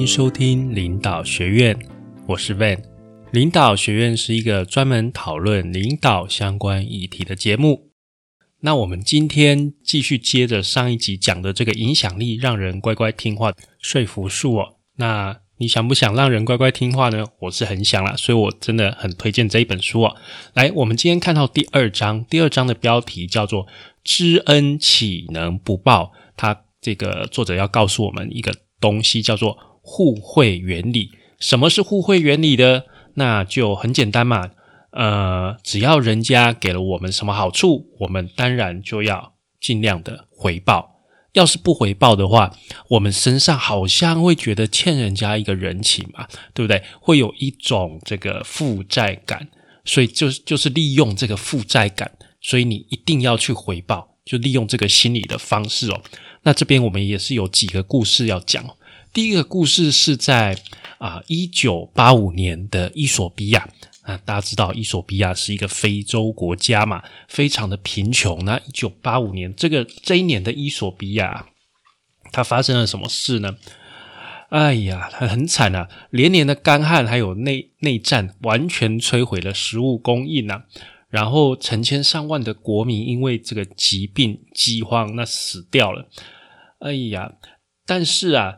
迎收听领导学院，我是 Van。领导学院是一个专门讨论领导相关议题的节目。那我们今天继续接着上一集讲的这个影响力让人乖乖听话说服术哦。那你想不想让人乖乖听话呢？我是很想啦，所以我真的很推荐这一本书哦。来，我们今天看到第二章的标题叫做知恩岂能不报。它这个作者要告诉我们一个东西叫做互惠原理。什么是互惠原理呢？那就很简单嘛，只要人家给了我们什么好处，我们当然就要尽量的回报。要是不回报的话，我们身上好像会觉得欠人家一个人情嘛，对不对？会有一种这个负债感，所以就是利用这个负债感，所以你一定要去回报，就利用这个心理的方式哦。那这边我们也是有几个故事要讲哦。第一个故事是在1985年的伊索比亚。大家知道伊索比亚是一个非洲国家嘛，非常的贫穷。那1985年这一年的伊索比亚，它发生了什么事呢？哎呀，它很惨啊，连年的干旱还有内战完全摧毁了食物供应啊，然后成千上万的国民因为这个疾病饥荒那死掉了。哎呀，但是啊，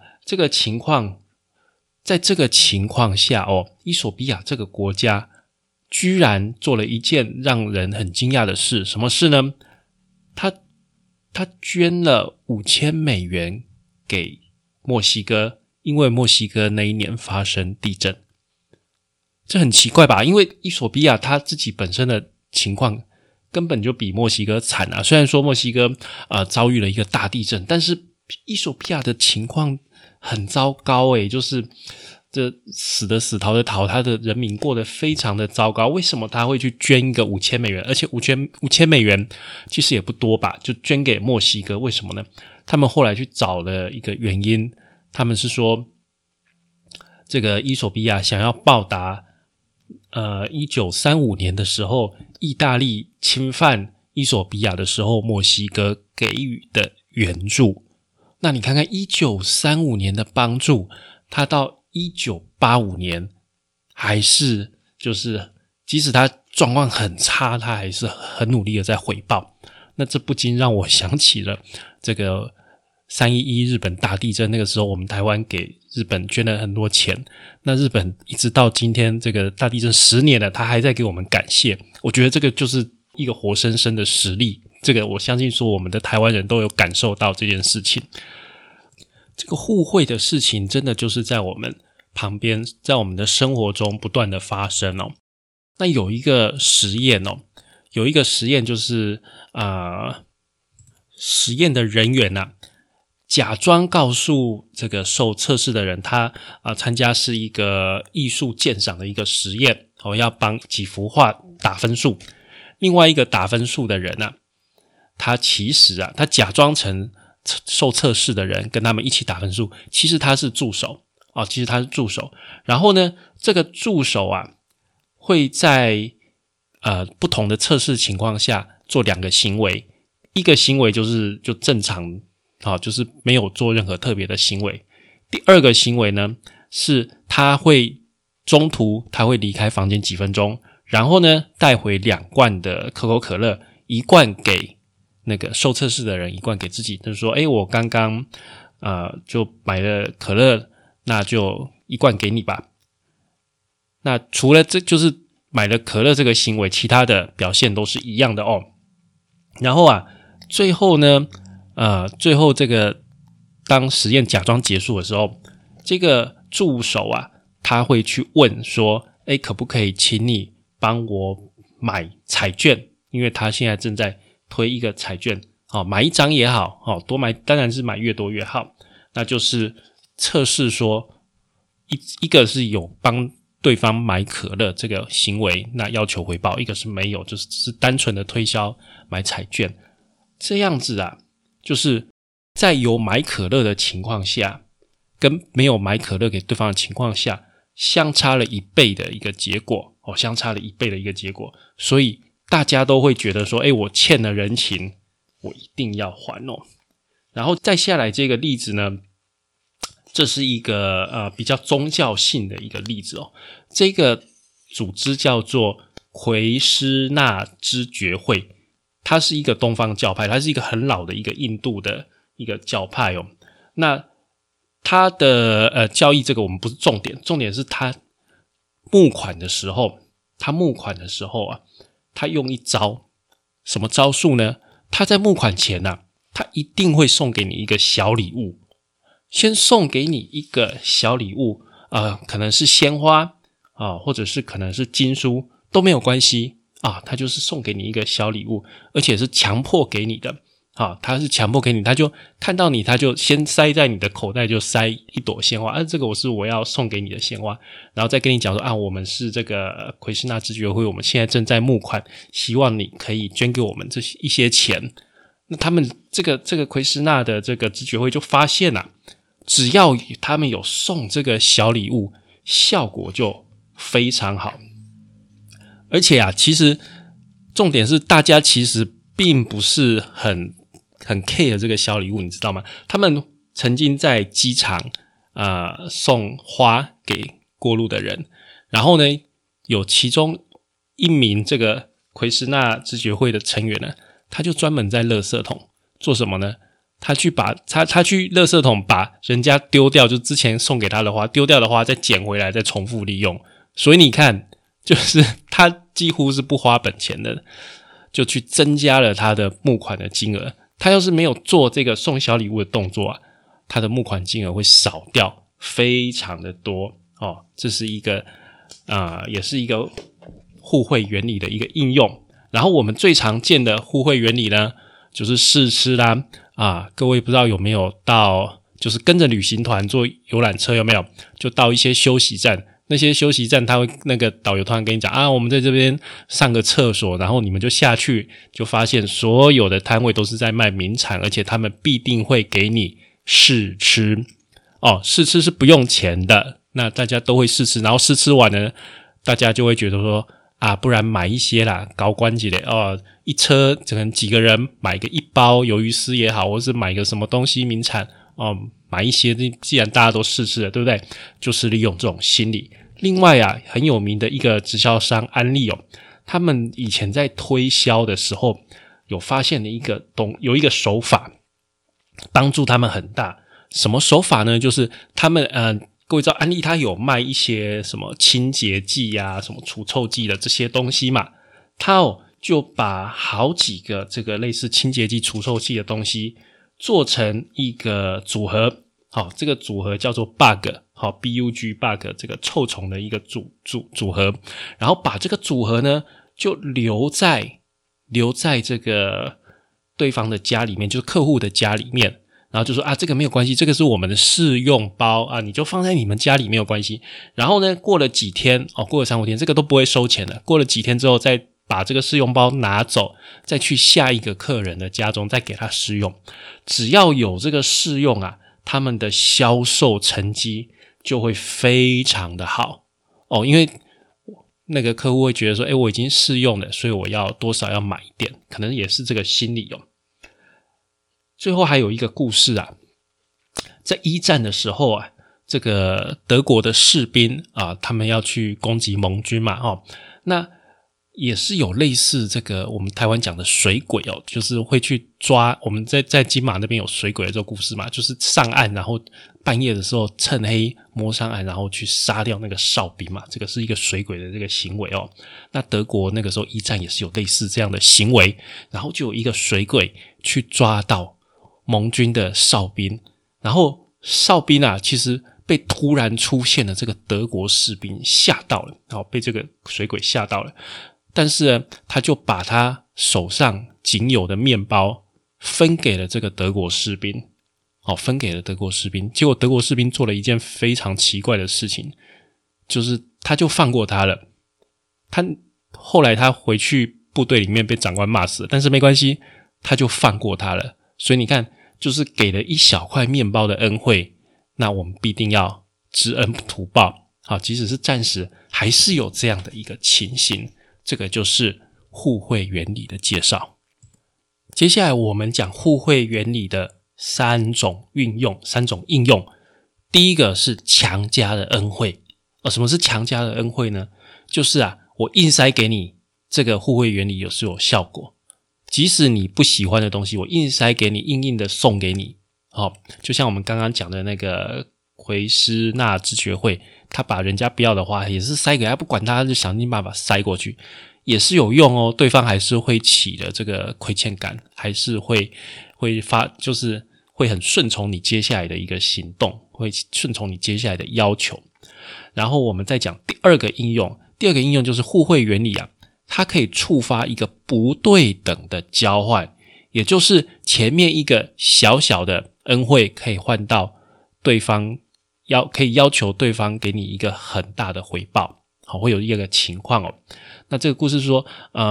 在这个情况下伊索比亚这个国家居然做了一件让人很惊讶的事。什么事呢？他捐了$5000给墨西哥，因为墨西哥那一年发生地震。这很奇怪吧？因为伊索比亚他自己本身的情况根本就比墨西哥惨啊。虽然说墨西哥遭遇了一个大地震，但是伊索比亚的情况很糟糕就是这死的死逃的逃，他的人民过得非常的糟糕。为什么他会去捐一个$5000？而且$5000其实也不多吧，就捐给墨西哥。为什么呢？他们后来去找了一个原因，他们是说这个伊索比亚想要报答1935年的时候意大利侵犯伊索比亚的时候墨西哥给予的援助。那你看看1935年的帮助，他到1985年还是就是即使他状况很差，他还是很努力的在回报。那这不禁让我想起了这个311日本大地震，那个时候我们台湾给日本捐了很多钱，那日本一直到今天这个大地震10年了，他还在给我们感谢。我觉得这个就是一个活生生的实例，这个我相信说我们的台湾人都有感受到这件事情。这个互惠的事情真的就是在我们旁边，在我们的生活中不断的发生哦。那有一个实验就是实验的人员假装告诉这个受测试的人，他参加是一个艺术鉴赏的一个实验要帮几幅画打分数。另外一个打分数的人他其实他假装成受测试的人跟他们一起打分数，其实他是助手然后呢，这个助手会在不同的测试情况下做2个行为。一个行为就正常就是没有做任何特别的行为。第二个行为呢，是他会中途离开房间几分钟，然后呢带回2罐的可口可乐，一罐给那个受测试的人，一罐给自己，就是说我刚刚就买了可乐，那就一罐给你吧。那除了这就是买了可乐这个行为，其他的表现都是一样的然后最后呢这个当实验假装结束的时候，这个助手他会去问说可不可以请你帮我买彩券，因为他现在正在推一个彩券买1张也好多买当然是买越多越好。那就是测试说一个是有帮对方买可乐这个行为，那要求回报；一个是没有，就是只是单纯的推销买彩券。这样子就是在有买可乐的情况下跟没有买可乐给对方的情况下相差了1倍的一个结果所以大家都会觉得说我欠了人情，我一定要还然后再下来这个例子呢， 这是一个比较宗教性的一个例子哦。这个组织叫做奎师那知觉会，它是一个东方教派，它是一个很老的一个印度的一个教派哦。那它的教义这个我们不是重点，重点是它募款的时候啊，他用一招，什么招数呢？他在募款前啊，他一定会送给你一个小礼物，先送给你一个小礼物，可能是鲜花啊，或者是可能是经书都没有关系啊，他就是送给你一个小礼物，而且是强迫给你的。好，他是强迫给你，他就看到你，他就先塞在你的口袋，就塞一朵鲜花，这个我要送给你的鲜花，然后再跟你讲说我们是这个奎师那知觉会，我们现在正在募款，希望你可以捐给我们这一些钱。那他们这个奎师那的这个知觉会就发现只要他们有送这个小礼物，效果就非常好。而且其实重点是大家其实并不是很 care 这个小礼物，你知道吗？他们曾经在机场送花给过路的人，然后呢，有其中一名这个奎师那知觉会的成员呢，他就专门在垃圾桶做什么呢？他去垃圾桶把人家丢掉，就之前送给他的花丢掉的花再捡回来，再重复利用。所以你看，就是他几乎是不花本钱的，就去增加了他的募款的金额。他要是没有做这个送小礼物的动作他的募款金额会少掉非常的多哦。这是一个也是一个互惠原理的一个应用。然后我们最常见的互惠原理呢，就是试吃啦各位不知道有没有到，就是跟着旅行团坐游览车有没有？就到一些休息站。那些休息站他会那个导游突然跟你讲我们在这边上个厕所，然后你们就下去，就发现所有的摊位都是在卖名产，而且他们必定会给你试吃试吃是不用钱的，那大家都会试吃，然后试吃完呢，大家就会觉得说不然买一些啦，高关节的一车可能几个人买个一包鱿鱼丝也好，或是买个什么东西名产买一些，既然大家都试吃了，对不对？就是利用这种心理。另外很有名的一个直销商安利他们以前在推销的时候有发现了有一个手法帮助他们很大。什么手法呢？就是他们各位知道安利它有卖一些什么清洁剂什么除臭剂的这些东西嘛，它就把好几个这个类似清洁剂除臭剂的东西做成一个组合，这个组合叫做 bug bug 这个臭虫的一个组合，然后把这个组合呢就留在这个对方的家里面，就是客户的家里面，然后就说这个没有关系，这个是我们的试用包你就放在你们家里没有关系。然后呢过了几天过了3-5天，这个都不会收钱的，过了几天之后再把这个试用包拿走，再去下一个客人的家中再给他试用。只要有这个试用他们的销售成绩就会非常的好因为那个客户会觉得说我已经试用了，所以我要多少要买一点，可能也是这个心理最后还有一个故事在一战的时候这个德国的士兵他们要去攻击盟军嘛那也是有类似这个我们台湾讲的水鬼就是会去抓，我们在金马那边有水鬼的这个故事嘛，就是上岸然后半夜的时候趁黑摸上岸，然后去杀掉那个哨兵嘛，这个是一个水鬼的这个行为那德国那个时候一战也是有类似这样的行为，然后就有一个水鬼去抓到盟军的哨兵，然后哨兵其实被突然出现的这个德国士兵吓到了被这个水鬼吓到了，但是呢他就把他手上仅有的面包分给了这个德国士兵分给了德国士兵。结果德国士兵做了一件非常奇怪的事情，就是他就放过他了。后来他回去部队里面被长官骂死了，但是没关系，他就放过他了。所以你看，就是给了一小块面包的恩惠，那我们必定要知恩图报即使是暂时还是有这样的一个情形。这个就是互惠原理的介绍。接下来我们讲互惠原理的3种应用。 第一个是强加的恩惠。什么是强加的恩惠呢？就是我硬塞给你，这个互惠原理是有效果。即使你不喜欢的东西，我硬塞给你，硬硬的送给你。就像我们刚刚讲的那个奎师那知觉会，他把人家不要的话也是塞给他，不管他就想尽办法塞过去，也是有用哦。对方还是会起的这个亏欠感，还是会就是会很顺从你接下来的一个行动，会顺从你接下来的要求。然后我们再讲第二个应用就是互惠原理它可以触发一个不对等的交换，也就是前面一个小小的恩惠可以换到对方可以要求对方给你一个很大的回报。会有一个情况那这个故事说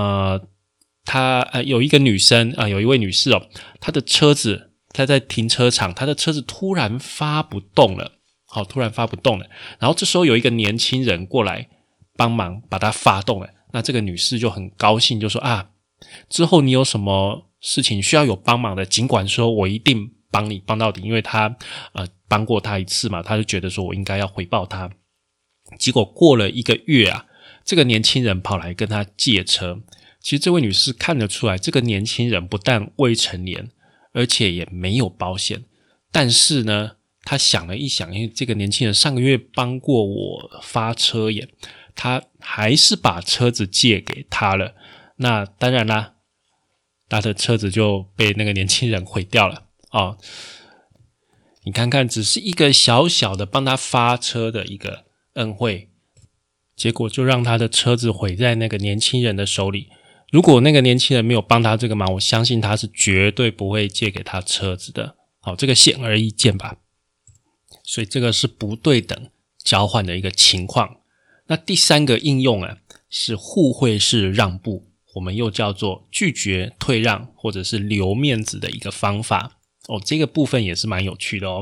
有一个女生有一位女士她的车子，她在停车场，她的车子突然发不动了。然后这时候有一个年轻人过来帮忙把它发动了。那这个女士就很高兴，就说之后你有什么事情需要有帮忙的，尽管说我一定帮你帮到底，因为她帮过她一次嘛，她就觉得说我应该要回报她。结果过了1个月这个年轻人跑来跟她借车。其实这位女士看得出来，这个年轻人不但未成年，而且也没有保险。但是呢，他想了一想，因为这个年轻人上个月帮过我发车耶，他还是把车子借给他了。那当然啦，他的车子就被那个年轻人毁掉了你看看，只是一个小小的帮他发车的一个恩惠，结果就让他的车子毁在那个年轻人的手里。如果那个年轻人没有帮他这个忙，我相信他是绝对不会借给他车子的。这个显而易见吧。所以这个是不对等交换的一个情况。那第三个应用是互惠式让步，我们又叫做拒绝退让或者是留面子的一个方法。这个部分也是蛮有趣的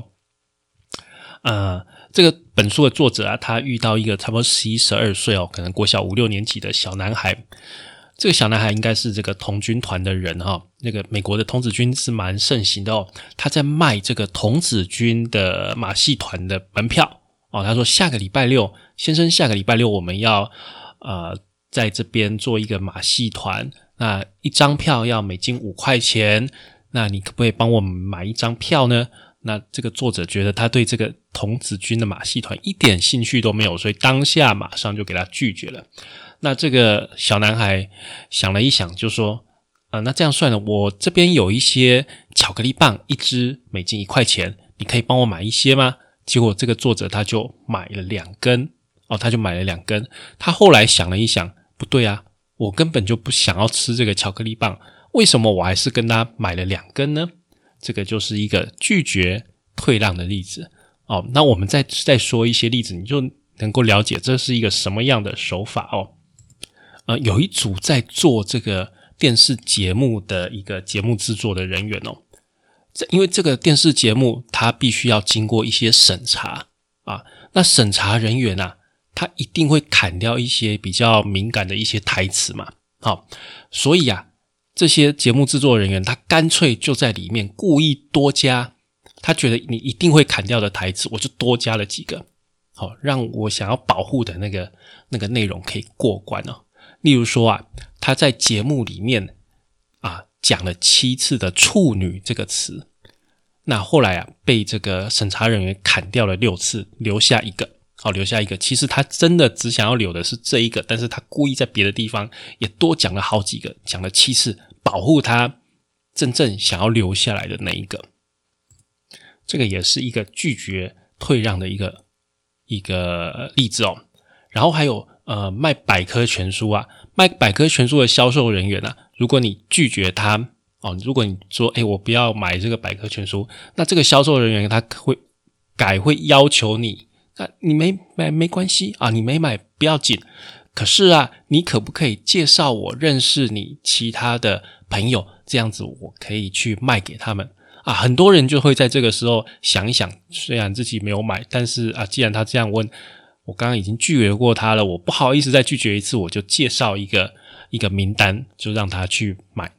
这个本书的作者他遇到一个差不多11、12岁可能国小5、6年级的小男孩。这个小男孩应该是这个童军团的人那个美国的童子军是蛮盛行的他在卖这个童子军的马戏团的门票他说下个礼拜六，先生，下个礼拜六我们要在这边做一个马戏团，那一张票要美金5块钱，那你可不可以帮我们买一张票呢？那这个作者觉得他对这个童子军的马戏团一点兴趣都没有，所以当下马上就给他拒绝了。那这个小男孩想了一想，就说那这样算了，我这边有一些巧克力棒，一支美金1块钱，你可以帮我买一些吗？结果这个作者他就买了2根他后来想了一想，不对我根本就不想要吃这个巧克力棒，为什么我还是跟他买了2根呢？这个就是一个拒绝退让的例子那我们再说一些例子，你就能够了解这是一个什么样的手法有一组在做这个电视节目的一个节目制作的人员因为这个电视节目它必须要经过一些审查那审查人员他一定会砍掉一些比较敏感的一些台词嘛所以这些节目制作人员他干脆就在里面故意多加他觉得你一定会砍掉的台词，我就多加了几个让我想要保护的那个内容可以过关例如说他在节目里面讲了7次的处女这个词，那后来被这个审查人员砍掉了6次，留下一个其实他真的只想要留的是这一个，但是他故意在别的地方也多讲了好几个，讲了7次，保护他真正想要留下来的那一个。这个也是一个拒绝退让的一个例子然后还有卖百科全书卖百科全书的销售人员如果你拒绝他如果你说我不要买这个百科全书，那这个销售人员他会要求你你没买没关系你没买不要紧，可是你可不可以介绍我认识你其他的朋友，这样子我可以去卖给他们很多人就会在这个时候想一想，虽然自己没有买，但是既然他这样问，我刚刚已经拒绝过他了，我不好意思再拒绝一次，我就介绍一个名单，就让他去买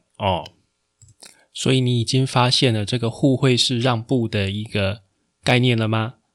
所以你已经发现了这个互惠式让步的一个概念了吗？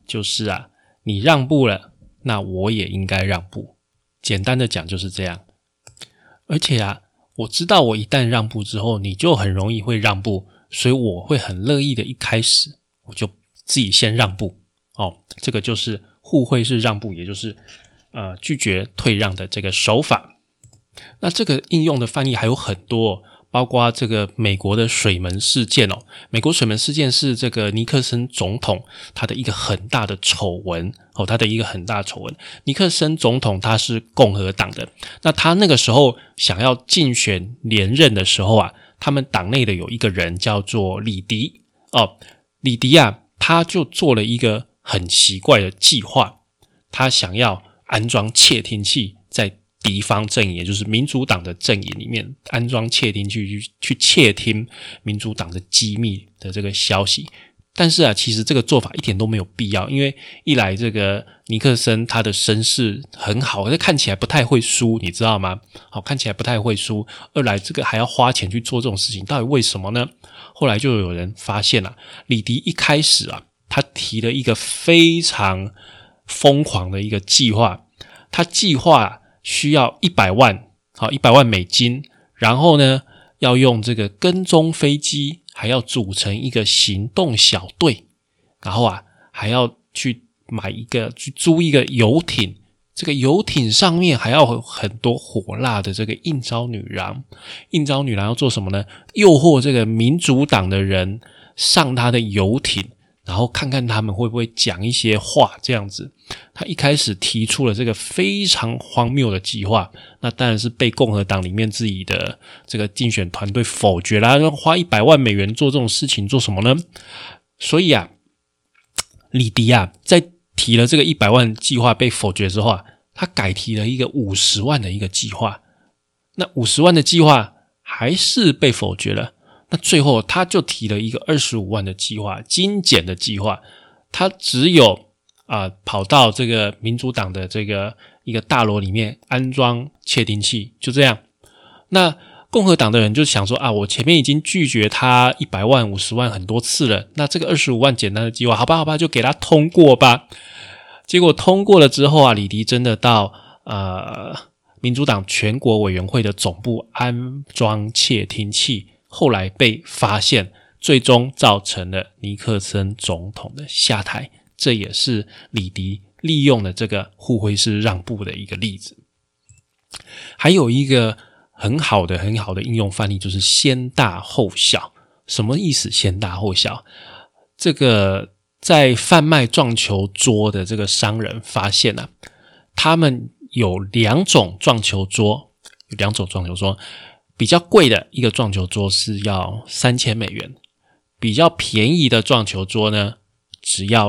就是啊，你让步了，那我也应该让步。简单的讲就是这样。而且啊，我知道我一旦让步之后，你就很容易会让步，所以我会很乐意的一开始我就自己先让步。这个就是互惠式让步，也就是拒绝退让的这个手法。那这个应用的范例还有很多包括这个美国的水门事件美国水门事件是这个尼克森总统他的一个很大的丑闻尼克森总统他是共和党的，那他那个时候想要竞选连任的时候啊，他们党内的有一个人叫做李迪李迪啊，他就做了一个很奇怪的计划，他想要安装窃听器在敌方阵营，也就是民主党的阵营里面安装窃听器去窃听民主党的机密的这个消息。但是啊，其实这个做法一点都没有必要，因为一来这个尼克森他的声势很好，可是看起来不太会输，你知道吗？看起来不太会输。二来这个还要花钱去做这种事情，到底为什么呢？后来就有人发现了，李迪一开始啊，他提了一个非常疯狂的一个计划，他计划需要100万美金，然后呢要用这个跟踪飞机，还要组成一个行动小队，然后啊还要去租一个游艇，这个游艇上面还要有很多火辣的这个应召女郎要做什么呢？诱惑这个民主党的人上他的游艇，然后看看他们会不会讲一些话这样子。他一开始提出了这个非常荒谬的计划，那当然是被共和党里面自己的这个竞选团队否决啦，花100万美元做这种事情做什么呢？所以啊，李迪啊在提了这个100万计划被否决之后啊，他改提了一个50万的一个计划，那50万的计划还是被否决了。那最后他就提了一个25万的计划，精简的计划，他只有跑到这个民主党的这个一个大楼里面安装窃听器，就这样。那共和党的人就想说我前面已经拒绝他100万50万很多次了，那这个25万简单的计划好吧就给他通过吧。结果通过了之后啊，李迪真的到民主党全国委员会的总部安装窃听器，后来被发现，最终造成了尼克森总统的下台。这也是李迪利用了这个互惠式让步的一个例子。还有一个很好的应用范例就是先大后小。什么意思？先大后小，这个在贩卖撞球桌的这个商人发现他们有两种撞球桌，比较贵的一个撞球桌是要3000美元，比较便宜的撞球桌呢只要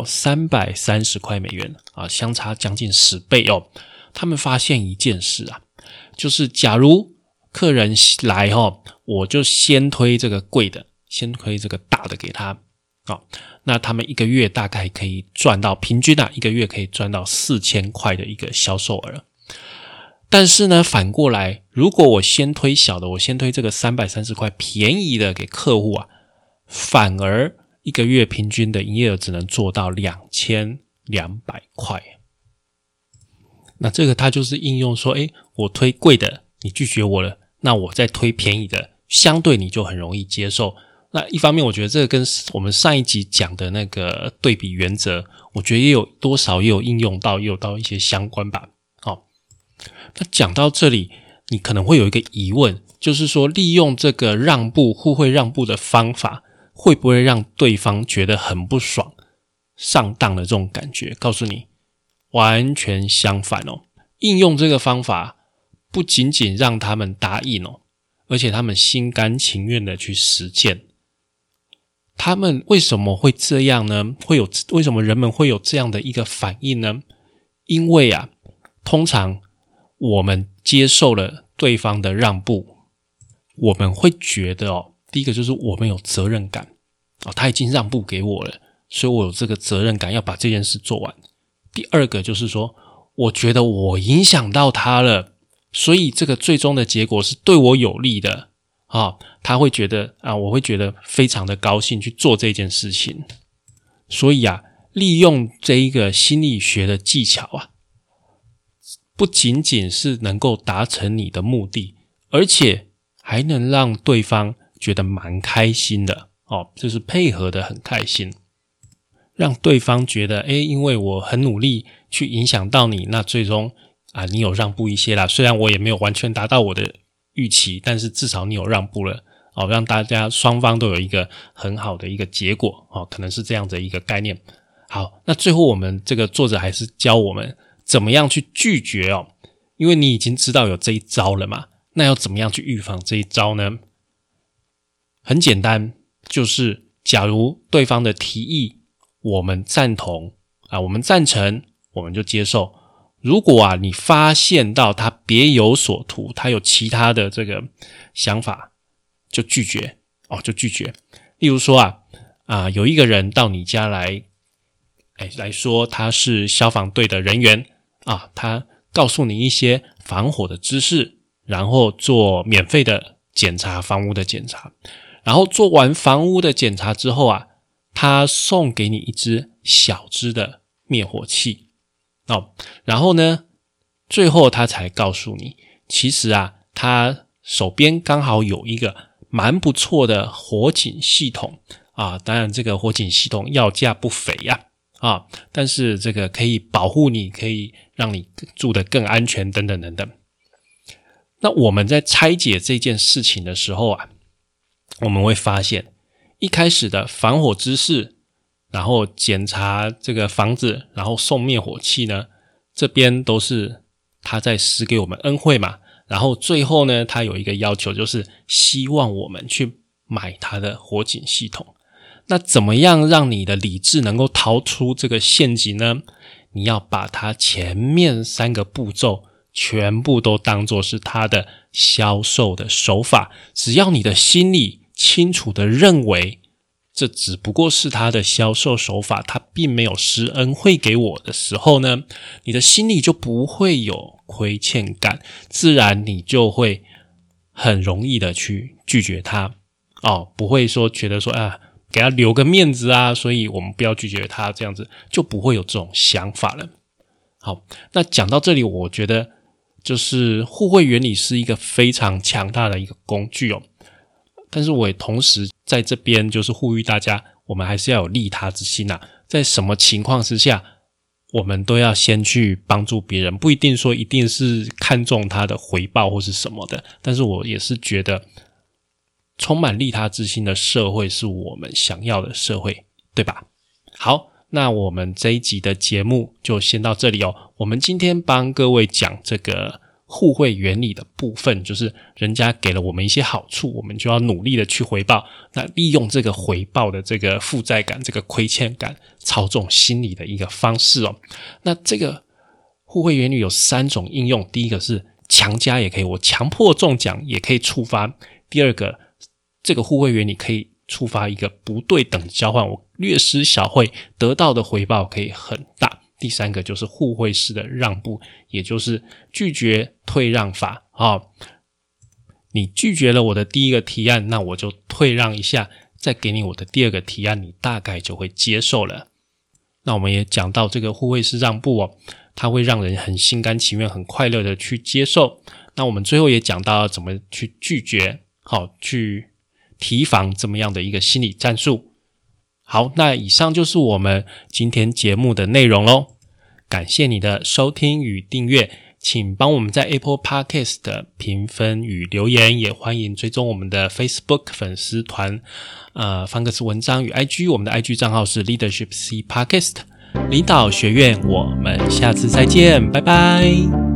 330块美元相差将近10倍他们发现一件事就是假如客人来我就先推这个贵的，先推这个大的给他那他们一个月大概可以赚到平均一个月可以赚到4000块的一个销售额。但是呢，反过来，如果我先推小的，我先推这个330块便宜的给客户反而一个月平均的营业额只能做到2200块。那这个它就是应用说我推贵的你拒绝我了，那我再推便宜的，相对你就很容易接受。那一方面我觉得这个跟我们上一集讲的那个对比原则，我觉得也有多少也有应用到，也有到一些相关吧。那讲到这里，你可能会有一个疑问，就是说利用这个让步互惠让步的方法会不会让对方觉得很不爽，上当的这种感觉？告诉你完全相反应用这个方法不仅仅让他们答应而且他们心甘情愿的去实践。他们为什么会这样呢？为什么人们会有这样的一个反应呢？因为通常我们接受了对方的让步，我们会觉得第一个就是我们有责任感他已经让步给我了，所以我有这个责任感要把这件事做完。第二个就是说，我觉得我影响到他了，所以这个最终的结果是对我有利的他会觉得我会觉得非常的高兴去做这件事情。所以利用这一个心理学的技巧啊，不仅仅是能够达成你的目的，而且还能让对方觉得蛮开心的就是配合的很开心，让对方觉得因为我很努力去影响到你，那最终你有让步一些啦，虽然我也没有完全达到我的预期，但是至少你有让步了让大家双方都有一个很好的一个结果可能是这样的一个概念。好，那最后我们这个作者还是教我们怎么样去拒绝因为你已经知道有这一招了嘛，那要怎么样去预防这一招呢？很简单，就是假如对方的提议我们赞同我们赞成，我们就接受。如果你发现到他别有所图，他有其他的这个想法，就拒绝就拒绝。例如说有一个人到你家来说他是消防队的人员他告诉你一些防火的知识，然后做免费的检查，房屋的检查，然后做完房屋的检查之后他送给你一支小支的灭火器然后呢最后他才告诉你，其实他手边刚好有一个蛮不错的火警系统当然这个火警系统要价不菲但是这个可以保护你，可以让你住得更安全等等等等。那我们在拆解这件事情的时候我们会发现一开始的防火知识，然后检查这个房子，然后送灭火器呢，这边都是他在施给我们恩惠嘛，然后最后呢他有一个要求，就是希望我们去买他的火警系统。那怎么样让你的理智能够逃出这个陷阱呢？你要把它前面3个步骤全部都当作是他的销售的手法，只要你的心里清楚的认为这只不过是他的销售手法，他并没有施恩惠给我的时候呢，你的心里就不会有亏欠感，自然你就会很容易的去拒绝他不会说觉得说给他留个面子所以我们不要拒绝他，这样子就不会有这种想法了。好，那讲到这里，我觉得就是互惠原理是一个非常强大的一个工具但是我也同时在这边就是呼吁大家，我们还是要有利他之心在什么情况之下我们都要先去帮助别人，不一定说一定是看重他的回报或是什么的，但是我也是觉得充满利他之心的社会是我们想要的社会，对吧？好，那我们这一集的节目就先到这里我们今天帮各位讲这个互惠原理的部分，就是人家给了我们一些好处，我们就要努力的去回报，那利用这个回报的这个负债感，这个亏欠感，操纵心理的一个方式那这个互惠原理有3种应用，第一个是强加也可以，我强迫中奖也可以触发；第二个，这个互惠原理可以触发一个不对等交换，我略施小惠得到的回报可以很大；第3个就是互惠式的让步，也就是拒绝退让法你拒绝了我的第一个提案，那我就退让一下，再给你我的第2个提案，你大概就会接受了。那我们也讲到这个互惠式让步它会让人很心甘情愿很快乐的去接受。那我们最后也讲到怎么去拒绝去提防这么样的一个心理战术。好，那以上就是我们今天节目的内容咯，感谢你的收听与订阅，请帮我们在 Apple Podcast 的评分与留言，也欢迎追踪我们的 Facebook 粉丝团方格子文章与 IG， 我们的 IG 账号是 Leadership C Podcast 领导学院，我们下次再见，拜拜。